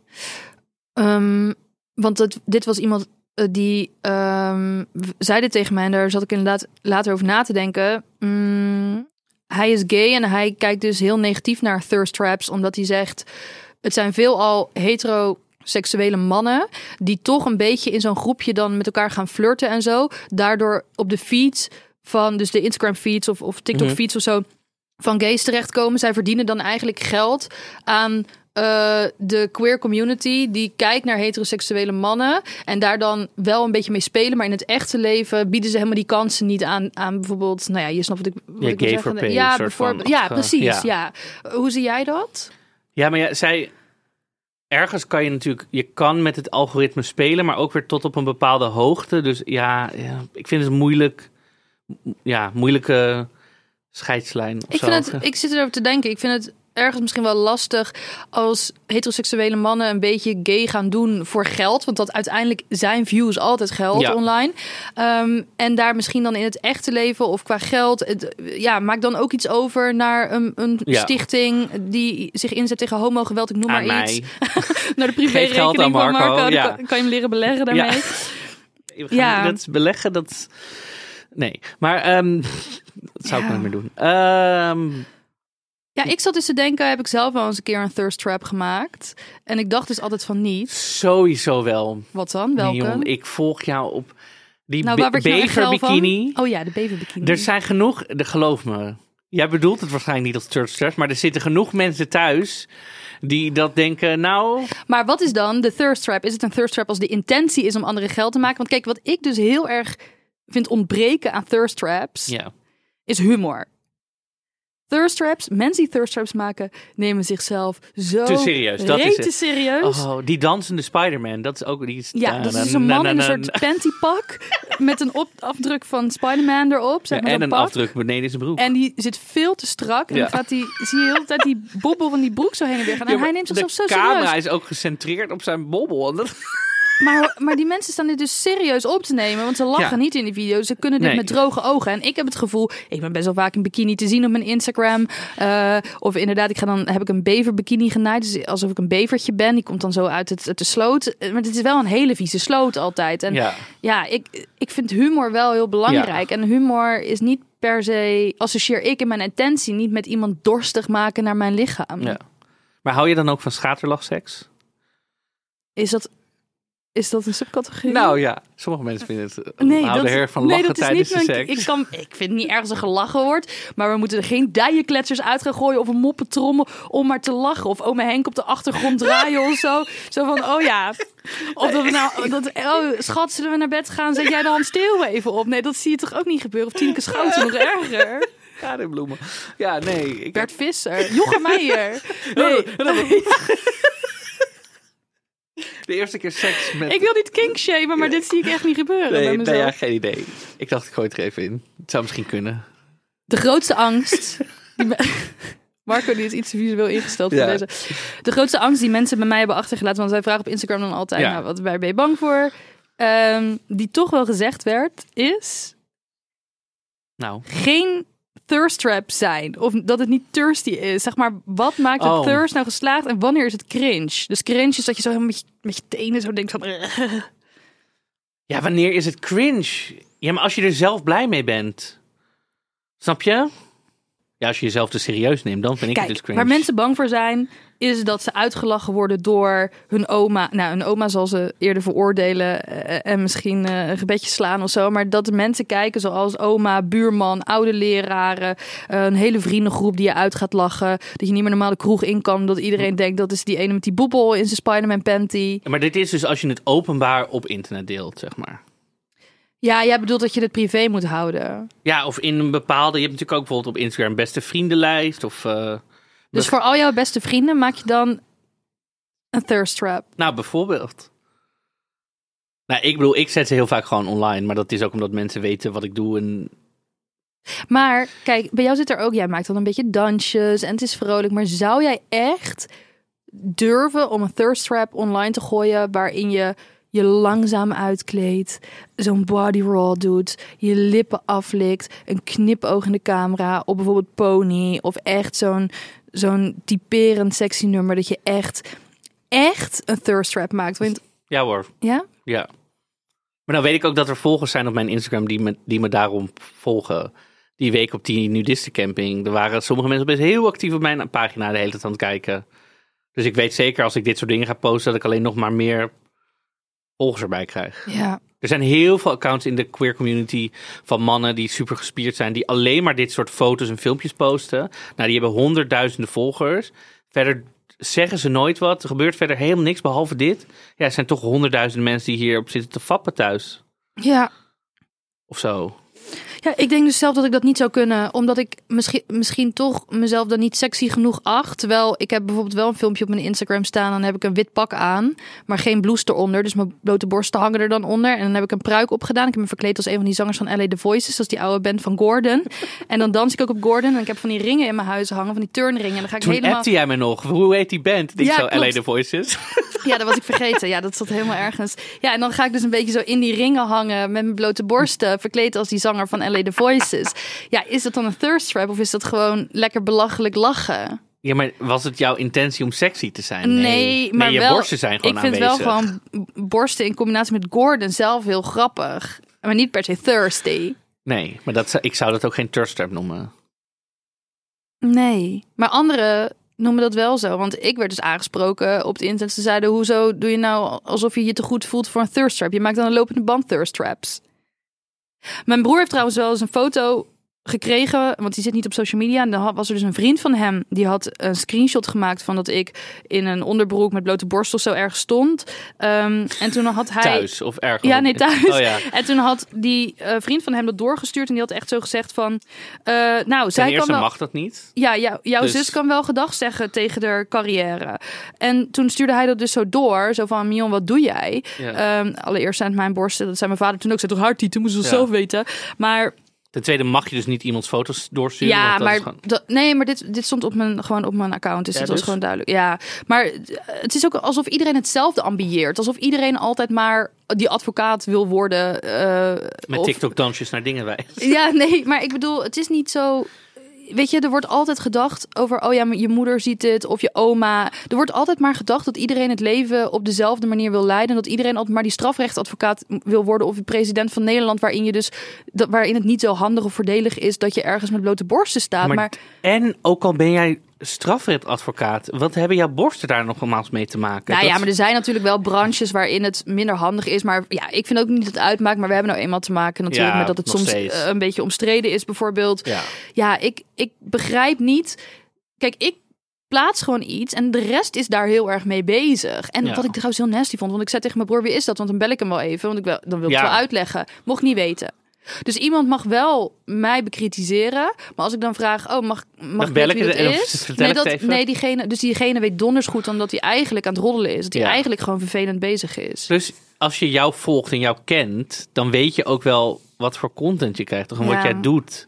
um, want het, dit was iemand uh, die um, zei dit tegen mij en daar zat ik inderdaad later over na te denken. Um, hij is gay en hij kijkt dus heel negatief naar thirst traps, omdat hij zegt, het zijn veelal heteroseksuele mannen die toch een beetje in zo'n groepje dan met elkaar gaan flirten en zo. Daardoor op de feeds van, dus de Instagram feeds of, of TikTok feeds of zo, van gays terechtkomen. Zij verdienen dan eigenlijk geld aan uh, de queer community die kijkt naar heteroseksuele mannen en daar dan wel een beetje mee spelen, maar in het echte leven bieden ze helemaal die kansen niet aan, aan bijvoorbeeld, nou ja, je snapt wat ik, wat Ja, ik wil gay zeggen. for pay, ja, soort bijvoorbeeld, van, ja, of, uh, precies, ja. ja. Hoe zie jij dat? Ja, maar ja, zij... Ergens kan je natuurlijk... Je kan met het algoritme spelen, maar ook weer tot op een bepaalde hoogte. Dus ja, ja ik vind het moeilijk... Ja, moeilijke scheidslijn. Of Ik, zo. vind het, ik zit erover te denken. Ik vind het ergens misschien wel lastig als heteroseksuele mannen een beetje gay gaan doen voor geld. Want dat uiteindelijk zijn views altijd geld Ja. online. Um, en daar misschien dan in het echte leven of qua geld. Het, ja, maak dan ook iets over naar een, een Ja. stichting die zich inzet tegen homogeweld. Ik noem Aan maar mij. iets. Naar de Geef geld privérekening aan van Marco, Marco. Dan ja. kan, kan je hem leren beleggen daarmee. Ja. Ja. Dat beleggen, dat... Nee, maar um, dat zou ja. ik nooit meer doen. Um, Ja, ik zat dus te denken, heb ik zelf wel eens een keer een thirst trap gemaakt. En ik dacht dus altijd van niet. Sowieso wel. Wat dan? Welke? Nee, jongen, ik volg jou op die nou, be- beverbikini. Nou oh ja, de beverbikini. Er zijn genoeg, de, geloof me. Jij bedoelt het waarschijnlijk niet als thirst trap, maar er zitten genoeg mensen thuis die dat denken, nou... Maar wat is dan de thirst trap? Is het een thirst trap als de intentie is om anderen geld te maken? Want kijk, wat ik dus heel erg vind ontbreken aan thirst traps, ja. is humor. Thirst traps, mensen die thirst traps maken, nemen zichzelf zo te serieus. Dat is het. serieus. Oh, die dansende Spider-Man, dat is ook die. Ja, dat is dus een man in een soort pantypak met een op- afdruk van Spider-Man erop. Zeg maar, ja, en een pak. afdruk beneden in zijn broek. En die zit veel te strak. En ja. dan gaat die, zie je de hele tijd die bobbel van die broek zo heen en weer gaan. En ja, hij neemt zichzelf zo serieus. De camera is ook gecentreerd op zijn bobbel. Dat... Maar, maar die mensen staan dit dus serieus op te nemen. Want ze lachen ja. niet in die video's. Ze kunnen dit nee. met droge ogen. En ik heb het gevoel... Ik ben best wel vaak in bikini te zien op mijn Instagram. Uh, of inderdaad, ik ga dan, heb ik een beverbikini genaaid. Dus alsof ik een bevertje ben. Die komt dan zo uit, het, uit de sloot. Maar het is wel een hele vieze sloot altijd. En ja, ja ik, ik vind humor wel heel belangrijk. Ja. En humor is niet per se... Associeer ik in mijn intentie niet met iemand dorstig maken naar mijn lichaam. Ja. Maar hou je dan ook van schaterlachseks? Is dat... Is dat een subcategorie? Nou ja, sommige mensen vinden het nee, houden erg van lachen nee, tijdens de seks. Ik, kan, ik vind niet ergens een gelachen wordt, maar we moeten er geen dijenkletsers uit gaan gooien of een moppetrommel om maar te lachen. Of ome Henk op de achtergrond draaien of zo. Zo van, oh ja. Of dat we nou, dat, oh schat, zullen we naar bed gaan? Zet jij de Hans Steeuwen even op? Nee, dat zie je toch ook niet gebeuren? Of Tineke Schouten, nog erger. Karinbloemen. Ja, nee. Ik Bert heb... Visser. Jochem Meijer. Nee. nee. De eerste keer seks met... Ik wil niet kinkshamen, maar dit zie ik echt niet gebeuren nee, bij mezelf. Nee, ja, geen idee. Ik dacht, ik gooi het er even in. Het zou misschien kunnen. De grootste angst... Marco, die is iets visueel ingesteld voor ja. deze. De grootste angst die mensen bij mij hebben achtergelaten... want zij vragen op Instagram dan altijd... Ja. Nou, wat waar ben je bang voor? Um, die toch wel gezegd werd, is... Nou. Geen... thirst trap zijn. Of dat het niet thirsty is. Zeg maar, wat maakt het oh. thirst nou geslaagd en wanneer is het cringe? Dus cringe is dat je zo helemaal met je, met je tenen zo denkt van... Ja, wanneer is het cringe? Ja, maar als je er zelf blij mee bent. Snap je? Ja, als je jezelf te serieus neemt, dan vind ik Kijk, het dus cringe. Waar mensen bang voor zijn, is dat ze uitgelachen worden door hun oma. Nou, hun oma zal ze eerder veroordelen uh, en misschien uh, een gebedje slaan of zo. Maar dat de mensen kijken zoals oma, buurman, oude leraren, uh, een hele vriendengroep die je uit gaat lachen. Dat je niet meer normaal de kroeg in kan, dat iedereen denkt dat is die ene met die boebel in zijn Spider-Man panty. Maar dit is dus als je het openbaar op internet deelt, zeg maar. Ja, jij bedoelt dat je het privé moet houden. Ja, of in een bepaalde... Je hebt natuurlijk ook bijvoorbeeld op Instagram beste vriendenlijst. Of, uh, dus be- voor al jouw beste vrienden maak je dan een thirst trap? Nou, bijvoorbeeld. Nou, ik bedoel, ik zet ze heel vaak gewoon online. Maar dat is ook omdat mensen weten wat ik doe. En... Maar kijk, bij jou zit er ook... Jij maakt dan een beetje dansjes en het is vrolijk. Maar zou jij echt durven om een thirst trap online te gooien... waarin je... je langzaam uitkleedt, zo'n body roll doet, je lippen aflikt, een knipoog in de camera op bijvoorbeeld Pony of echt zo'n, zo'n typerend sexy nummer dat je echt, echt een thirst trap maakt. Want... Ja hoor. Ja? Ja. Maar dan weet ik ook dat er volgers zijn op mijn Instagram die me, die me daarom volgen. Die week op die nudistencamping. Er waren sommige mensen best heel actief op mijn pagina de hele tijd aan het kijken. Dus ik weet zeker als ik dit soort dingen ga posten dat ik alleen nog maar meer... volgers erbij krijg. Ja. Er zijn heel veel accounts in de queer community van mannen die super gespierd zijn, die alleen maar dit soort foto's en filmpjes posten. Nou, die hebben honderdduizenden volgers. Verder zeggen ze nooit wat. Er gebeurt verder helemaal niks behalve dit. Ja, er zijn toch honderdduizenden mensen die hierop zitten te fappen thuis. Ja. Of zo. Ja, ik denk dus zelf dat ik dat niet zou kunnen. Omdat ik misschien, misschien toch mezelf dan niet sexy genoeg acht. Terwijl ik heb bijvoorbeeld wel een filmpje op mijn Instagram staan. Dan heb ik een wit pak aan, maar geen blouse eronder. Dus mijn blote borsten hangen er dan onder. En dan heb ik een pruik opgedaan. Ik heb me verkleed als een van die zangers van L A The Voices. Dat is die oude band van Gordon. En dan dans ik ook op Gordon. En ik heb van die ringen in mijn huis hangen. Van die turnringen. En dan ga ik Toen helemaal... appte jij me nog. Hoe heet die band? Die ja, zo L A The Voices. Ja, dat was ik vergeten. Ja, dat zat helemaal ergens. Ja, en dan ga ik dus een beetje zo in die ringen hangen met mijn blote borsten, verkleed als die zanger van L A The Voices. Ja, is dat dan een thirst trap of is dat gewoon lekker belachelijk lachen? Ja, maar was het jouw intentie om sexy te zijn? Nee, nee maar nee, je wel, borsten zijn gewoon ik vind aanwezig. wel gewoon borsten in combinatie met Gordon zelf heel grappig. Maar niet per se thirsty. Nee, maar dat, ik zou dat ook geen thirst trap noemen. Nee, maar anderen noemen dat wel zo. Want ik werd dus aangesproken op het internet. Ze zeiden, hoezo doe je nou alsof je je te goed voelt voor een thirst trap? Je maakt dan een lopende band thirst traps. Mijn broer heeft trouwens wel eens een foto gekregen, want die zit niet op social media. En dan was er dus een vriend van hem, die had een screenshot gemaakt van dat ik in een onderbroek met blote borst of zo ergens stond. Um, en toen had hij... Thuis of ergens? Ja, nee, thuis. Oh, ja. En toen had die uh, vriend van hem dat doorgestuurd en die had echt zo gezegd van... Uh, nou, Ten zij eerste kan wel... mag dat niet. Ja, jou, jouw dus... zus kan wel gedag zeggen tegen haar carrière. En toen stuurde hij dat dus zo door. Zo van, Mion, wat doe jij? Ja. Um, allereerst zijn het mijn borsten. Dat zei mijn vader toen ook. Zei toch haar tieten, moest ze ja. zelf weten. Maar... Ten tweede mag je dus niet iemands foto's doorsturen. Ja, want dat maar is gewoon... dat, nee, maar dit, dit stond op mijn, gewoon op mijn account. Dus ja, dat dus? was gewoon duidelijk. Ja, maar het is ook alsof iedereen hetzelfde ambieert. Alsof iedereen altijd maar die advocaat wil worden. Uh, Met of... TikTok-dansjes naar dingen wijs. Ja, nee, maar ik bedoel, het is niet zo... Weet je, er wordt altijd gedacht over... oh ja, je moeder ziet dit, of je oma. Er wordt altijd maar gedacht dat iedereen het leven op dezelfde manier wil leiden. Dat iedereen altijd maar die strafrechtadvocaat wil worden... of de president van Nederland, waarin je dus... waarin het niet zo handig of voordelig is... dat je ergens met blote borsten staat. Maar, maar... En ook al ben jij strafrechtadvocaat... wat hebben jouw borsten daar nogmaals mee te maken? Nou dat... ja, maar er zijn natuurlijk wel branches... waarin het minder handig is. Maar ja, ik vind ook niet dat het uitmaakt. Maar we hebben nou eenmaal te maken natuurlijk... Ja, met dat het soms uh, een beetje omstreden is bijvoorbeeld. Ja, ja ik, ik begrijp niet... Kijk, ik plaats gewoon iets... en de rest is daar heel erg mee bezig. En ja. wat ik trouwens heel nasty vond... want ik zei tegen mijn broer, wie is dat? Want dan bel ik hem wel even... want ik wel, dan wil ik ja. het wel uitleggen. Mocht niet weten. Dus iemand mag wel mij bekritiseren, maar als ik dan vraag, oh, mag, mag ik weten wie dat is? Nee, dat, nee diegene, dus diegene weet donders goed omdat hij eigenlijk aan het roddelen is. Dat hij ja. eigenlijk gewoon vervelend bezig is. Dus als je jou volgt en jou kent, dan weet je ook wel wat voor content je krijgt. Toch? En ja. wat jij doet.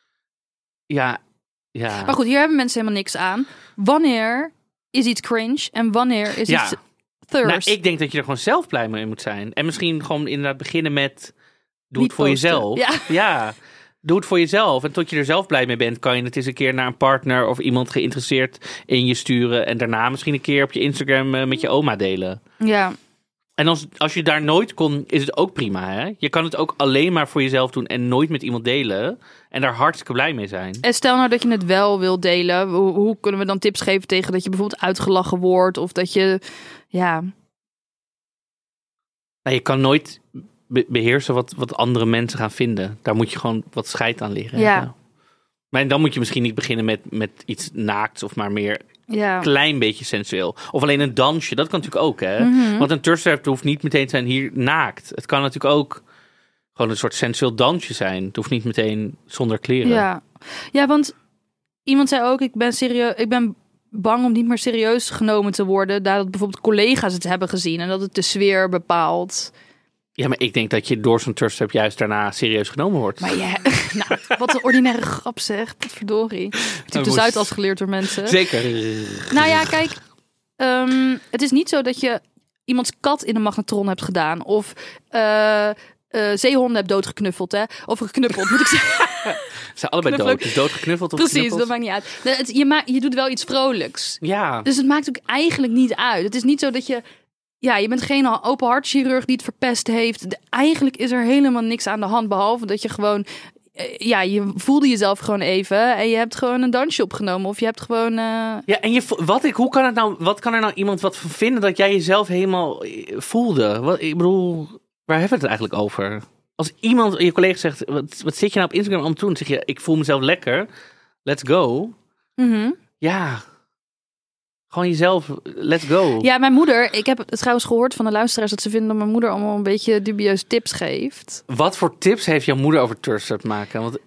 Ja, ja. Maar goed, hier hebben mensen helemaal niks aan. Wanneer is iets cringe en wanneer is ja. iets thirst? Nou, ik denk dat je er gewoon zelf blij mee moet zijn. En misschien gewoon inderdaad beginnen met... Doe Niet het voor posten. jezelf. Ja. ja, doe het voor jezelf. En tot je er zelf blij mee bent, kan je het eens een keer naar een partner of iemand geïnteresseerd in je sturen. En daarna misschien een keer op je Instagram uh, met je oma delen. Ja. En als, als je daar nooit kon, is het ook prima. Hè? Je kan het ook alleen maar voor jezelf doen en nooit met iemand delen. En daar hartstikke blij mee zijn. En stel nou dat je het wel wil delen. Hoe, hoe kunnen we dan tips geven tegen dat je bijvoorbeeld uitgelachen wordt? Of dat je, ja... Nou, je kan nooit... beheersen wat, wat andere mensen gaan vinden. Daar moet je gewoon wat scheid aan leren. Ja. Ja. Maar dan moet je misschien niet beginnen met, met iets naakts of maar meer ja. klein beetje sensueel. Of alleen een dansje, dat kan natuurlijk ook. Hè? Mm-hmm. Want een thirst trap hoeft niet meteen te zijn hier naakt. Het kan natuurlijk ook gewoon een soort sensueel dansje zijn. Het hoeft niet meteen zonder kleren. Ja, ja want iemand zei ook, ik ben serieus, ik ben bang om niet meer serieus genomen te worden. Nadat bijvoorbeeld collega's het hebben gezien en dat het de sfeer bepaalt. Ja, maar ik denk dat je door zo'n thirst trap juist daarna serieus genomen wordt. Maar ja, nou, wat een ordinaire grap zeg. Wat verdorie. Ik heb de Zuidas geleerd door mensen. Zeker. Nou ja, kijk. Um, het is niet zo dat je iemands kat in een magnetron hebt gedaan. Of uh, uh, zeehonden hebt doodgeknuffeld. Hè? Of geknuppeld, moet ik zeggen. Ze zijn allebei dood. Dus doodgeknuffeld of Precies, geknuppeld. dat maakt niet uit. Het, je, ma- je doet wel iets vrolijks. Ja. Dus het maakt ook eigenlijk niet uit. Het is niet zo dat je... Ja, je bent geen open hartchirurg die het verpest heeft. De, eigenlijk is er helemaal niks aan de hand. Behalve dat je gewoon... Ja, je voelde jezelf gewoon even. En je hebt gewoon een dansje opgenomen. Of je hebt gewoon... Uh... Ja, en je, wat, ik, hoe kan het nou... Wat kan er nou iemand wat van vinden dat jij jezelf helemaal voelde? Wat, ik bedoel, waar hebben we het eigenlijk over? Als iemand, je collega zegt... Wat, wat zit je nou op Instagram om te doen? Dan zeg je, ik voel mezelf lekker. Let's go. Mm-hmm. Ja... Gewoon jezelf, let's go. Ja, mijn moeder, ik heb het trouwens gehoord van de luisteraars dat ze vinden dat mijn moeder allemaal een beetje dubieus tips geeft. Wat voor tips heeft jouw moeder over thirst trap maken? Want...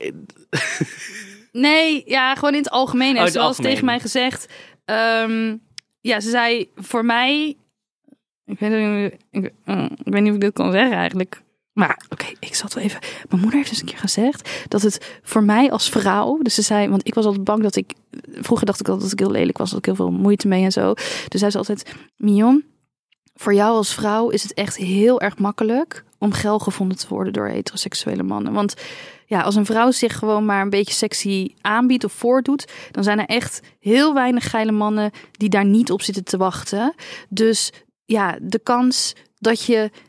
Nee, ja, gewoon in het algemeen. Oh, het Zoals algemeen. tegen mij gezegd. Um, ja, ze zei voor mij... Ik weet, niet, ik, uh, ik weet niet of ik dit kan zeggen eigenlijk. Maar oké, okay, ik zat wel even... Mijn moeder heeft dus een keer gezegd dat het voor mij als vrouw... Dus ze zei, want ik was altijd bang dat ik... Vroeger dacht ik altijd dat ik heel lelijk was. Dat ik heel veel moeite mee en zo. Dus zei ze altijd... Mion, voor jou als vrouw is het echt heel erg makkelijk... om geil gevonden te worden door heteroseksuele mannen. Want ja, als een vrouw zich gewoon maar een beetje sexy aanbiedt of voordoet... dan zijn er echt heel weinig geile mannen die daar niet op zitten te wachten. Dus ja, de kans dat je...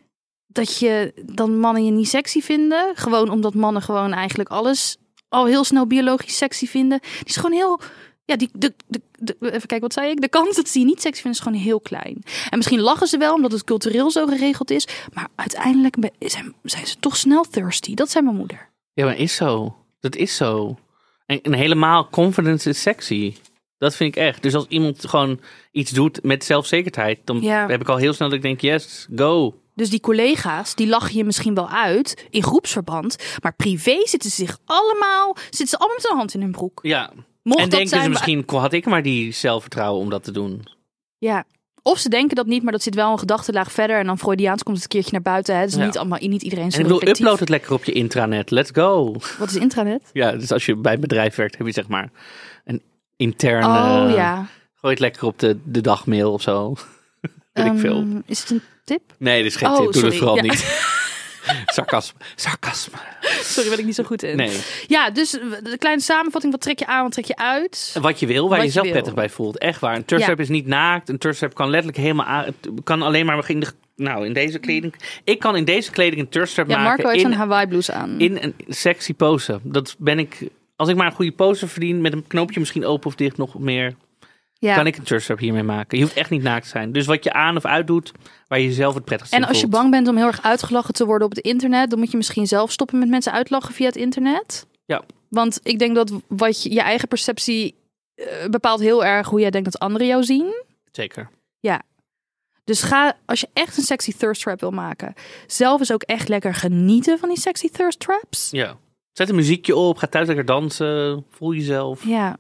dat je dan mannen je niet sexy vinden. Gewoon omdat mannen gewoon eigenlijk alles al heel snel biologisch sexy vinden. Die is gewoon heel... Ja, die, de, de, de, even kijken, wat zei ik? De kans dat ze je niet sexy vinden is gewoon heel klein. En misschien lachen ze wel, omdat het cultureel zo geregeld is. Maar uiteindelijk zijn, zijn ze toch snel thirsty. Dat zei mijn moeder. Ja, maar is zo. Dat is zo. En, en helemaal confidence is sexy. Dat vind ik echt. Dus als iemand gewoon iets doet met zelfzekerheid, dan Ja. heb ik al heel snel dat ik denk, yes, go. Dus die collega's, die lachen je misschien wel uit in groepsverband. Maar privé zitten ze zich allemaal, zitten ze allemaal met hun hand in hun broek. Ja. Mocht en dat denken zijn, ze misschien, had ik maar die zelfvertrouwen om dat te doen. Ja. Of ze denken dat niet, maar dat zit wel een gedachtenlaag verder. En dan Freudiaans komt het een keertje naar buiten. Hè. Dus Ja. niet, allemaal, niet iedereen is En ik bedoel, upload het lekker op je intranet. Let's go. Wat is intranet? Ja, dus als je bij een bedrijf werkt, heb je zeg maar een interne... Oh ja. Gooi het lekker op de, de dagmail of zo. Weet Um, ik veel. Is het een tip? Nee, dit is geen Oh, tip. Doe sorry. het vooral Ja. niet. Sarcasme. Sarcasme. Sorry, ben ik niet zo goed in. Nee. Ja, dus de kleine samenvatting. Wat trek je aan, wat trek je uit? Wat je wil, waar Wat je je jezelf wil. prettig bij voelt. Echt waar. Een thirst trap Ja. is niet naakt. Een thirst trap kan letterlijk helemaal aan. Het kan alleen maar in de, nou, in deze kleding. Ik kan in deze kleding een thirst trap Ja, maken. Marco heeft in, een Hawaii blouse aan. in een sexy pose. Dat ben ik. Als ik maar een goede pose verdien met een knoopje misschien open of dicht nog meer, ja. kan ik een thirst trap hiermee maken. Je hoeft echt niet naakt te zijn. Dus wat je aan of uitdoet, waar je jezelf het prettigst in En als je voelt. bang bent om heel erg uitgelachen te worden op het internet, dan moet je misschien zelf stoppen met mensen uitlachen via het internet. Ja. Want ik denk dat wat je, je eigen perceptie uh, bepaalt heel erg hoe jij denkt dat anderen jou zien. Zeker. Ja. Dus ga, als je echt een sexy thirst trap wil maken, zelf eens ook echt lekker genieten van die sexy thirst traps. Ja. Zet een muziekje op, ga thuis lekker dansen, voel jezelf. Ja.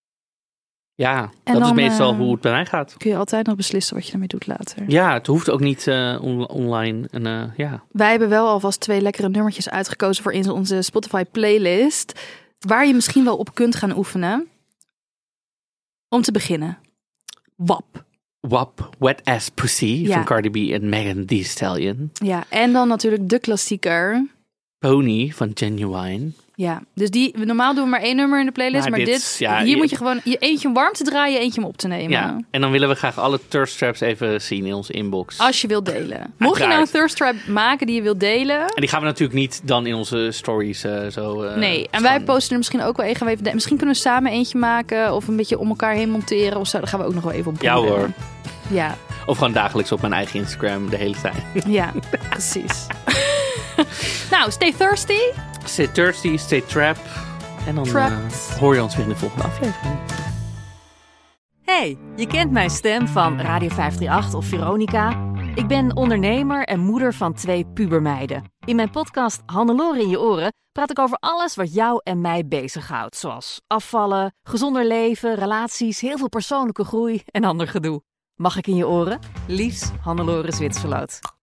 Ja, En dat dan, is meestal uh, hoe het bij mij gaat. Kun je altijd nog beslissen wat je ermee doet later. Ja, het hoeft ook niet uh, on- online. En, uh, ja. Wij hebben wel alvast twee lekkere nummertjes uitgekozen voor in onze Spotify playlist, waar je misschien wel op kunt gaan oefenen. Om te beginnen. W A P. W A P, Wet Ass Pussy Ja. van Cardi B en Megan Thee Stallion. Ja, en dan natuurlijk de klassieker. Pony van Genuine. Ja, dus die, normaal doen we maar één nummer in de playlist, Maar maar, dit, dit, ja, hier je- moet je gewoon je eentje om warm te draaien, eentje om op te nemen. Ja, en dan willen we graag alle thirst traps even zien in onze inbox. Als je wilt delen. Mocht je nou een thirst trap maken die je wilt delen. En die gaan we natuurlijk niet dan in onze stories uh, zo... Uh, Nee, en wij posten er misschien ook wel even. even misschien kunnen we samen eentje maken of een beetje om elkaar heen monteren of zo. Daar gaan we ook nog wel even op Ja broeden. hoor. Ja, Of gewoon dagelijks op mijn eigen Instagram de hele tijd. ja, precies. Nou, stay thirsty. Stay thirsty, stay trap. En dan uh, Trapped. hoor je ons weer in de volgende aflevering. Hey, je kent mijn stem van Radio vijf drie acht of Veronica. Ik ben ondernemer en moeder van twee pubermeiden. In mijn podcast Hannelore in je oren praat ik over alles wat jou en mij bezighoudt. Zoals afvallen, gezonder leven, relaties, heel veel persoonlijke groei en ander gedoe. Mag ik in je oren? Liefs, Hannelore Zwitserloot.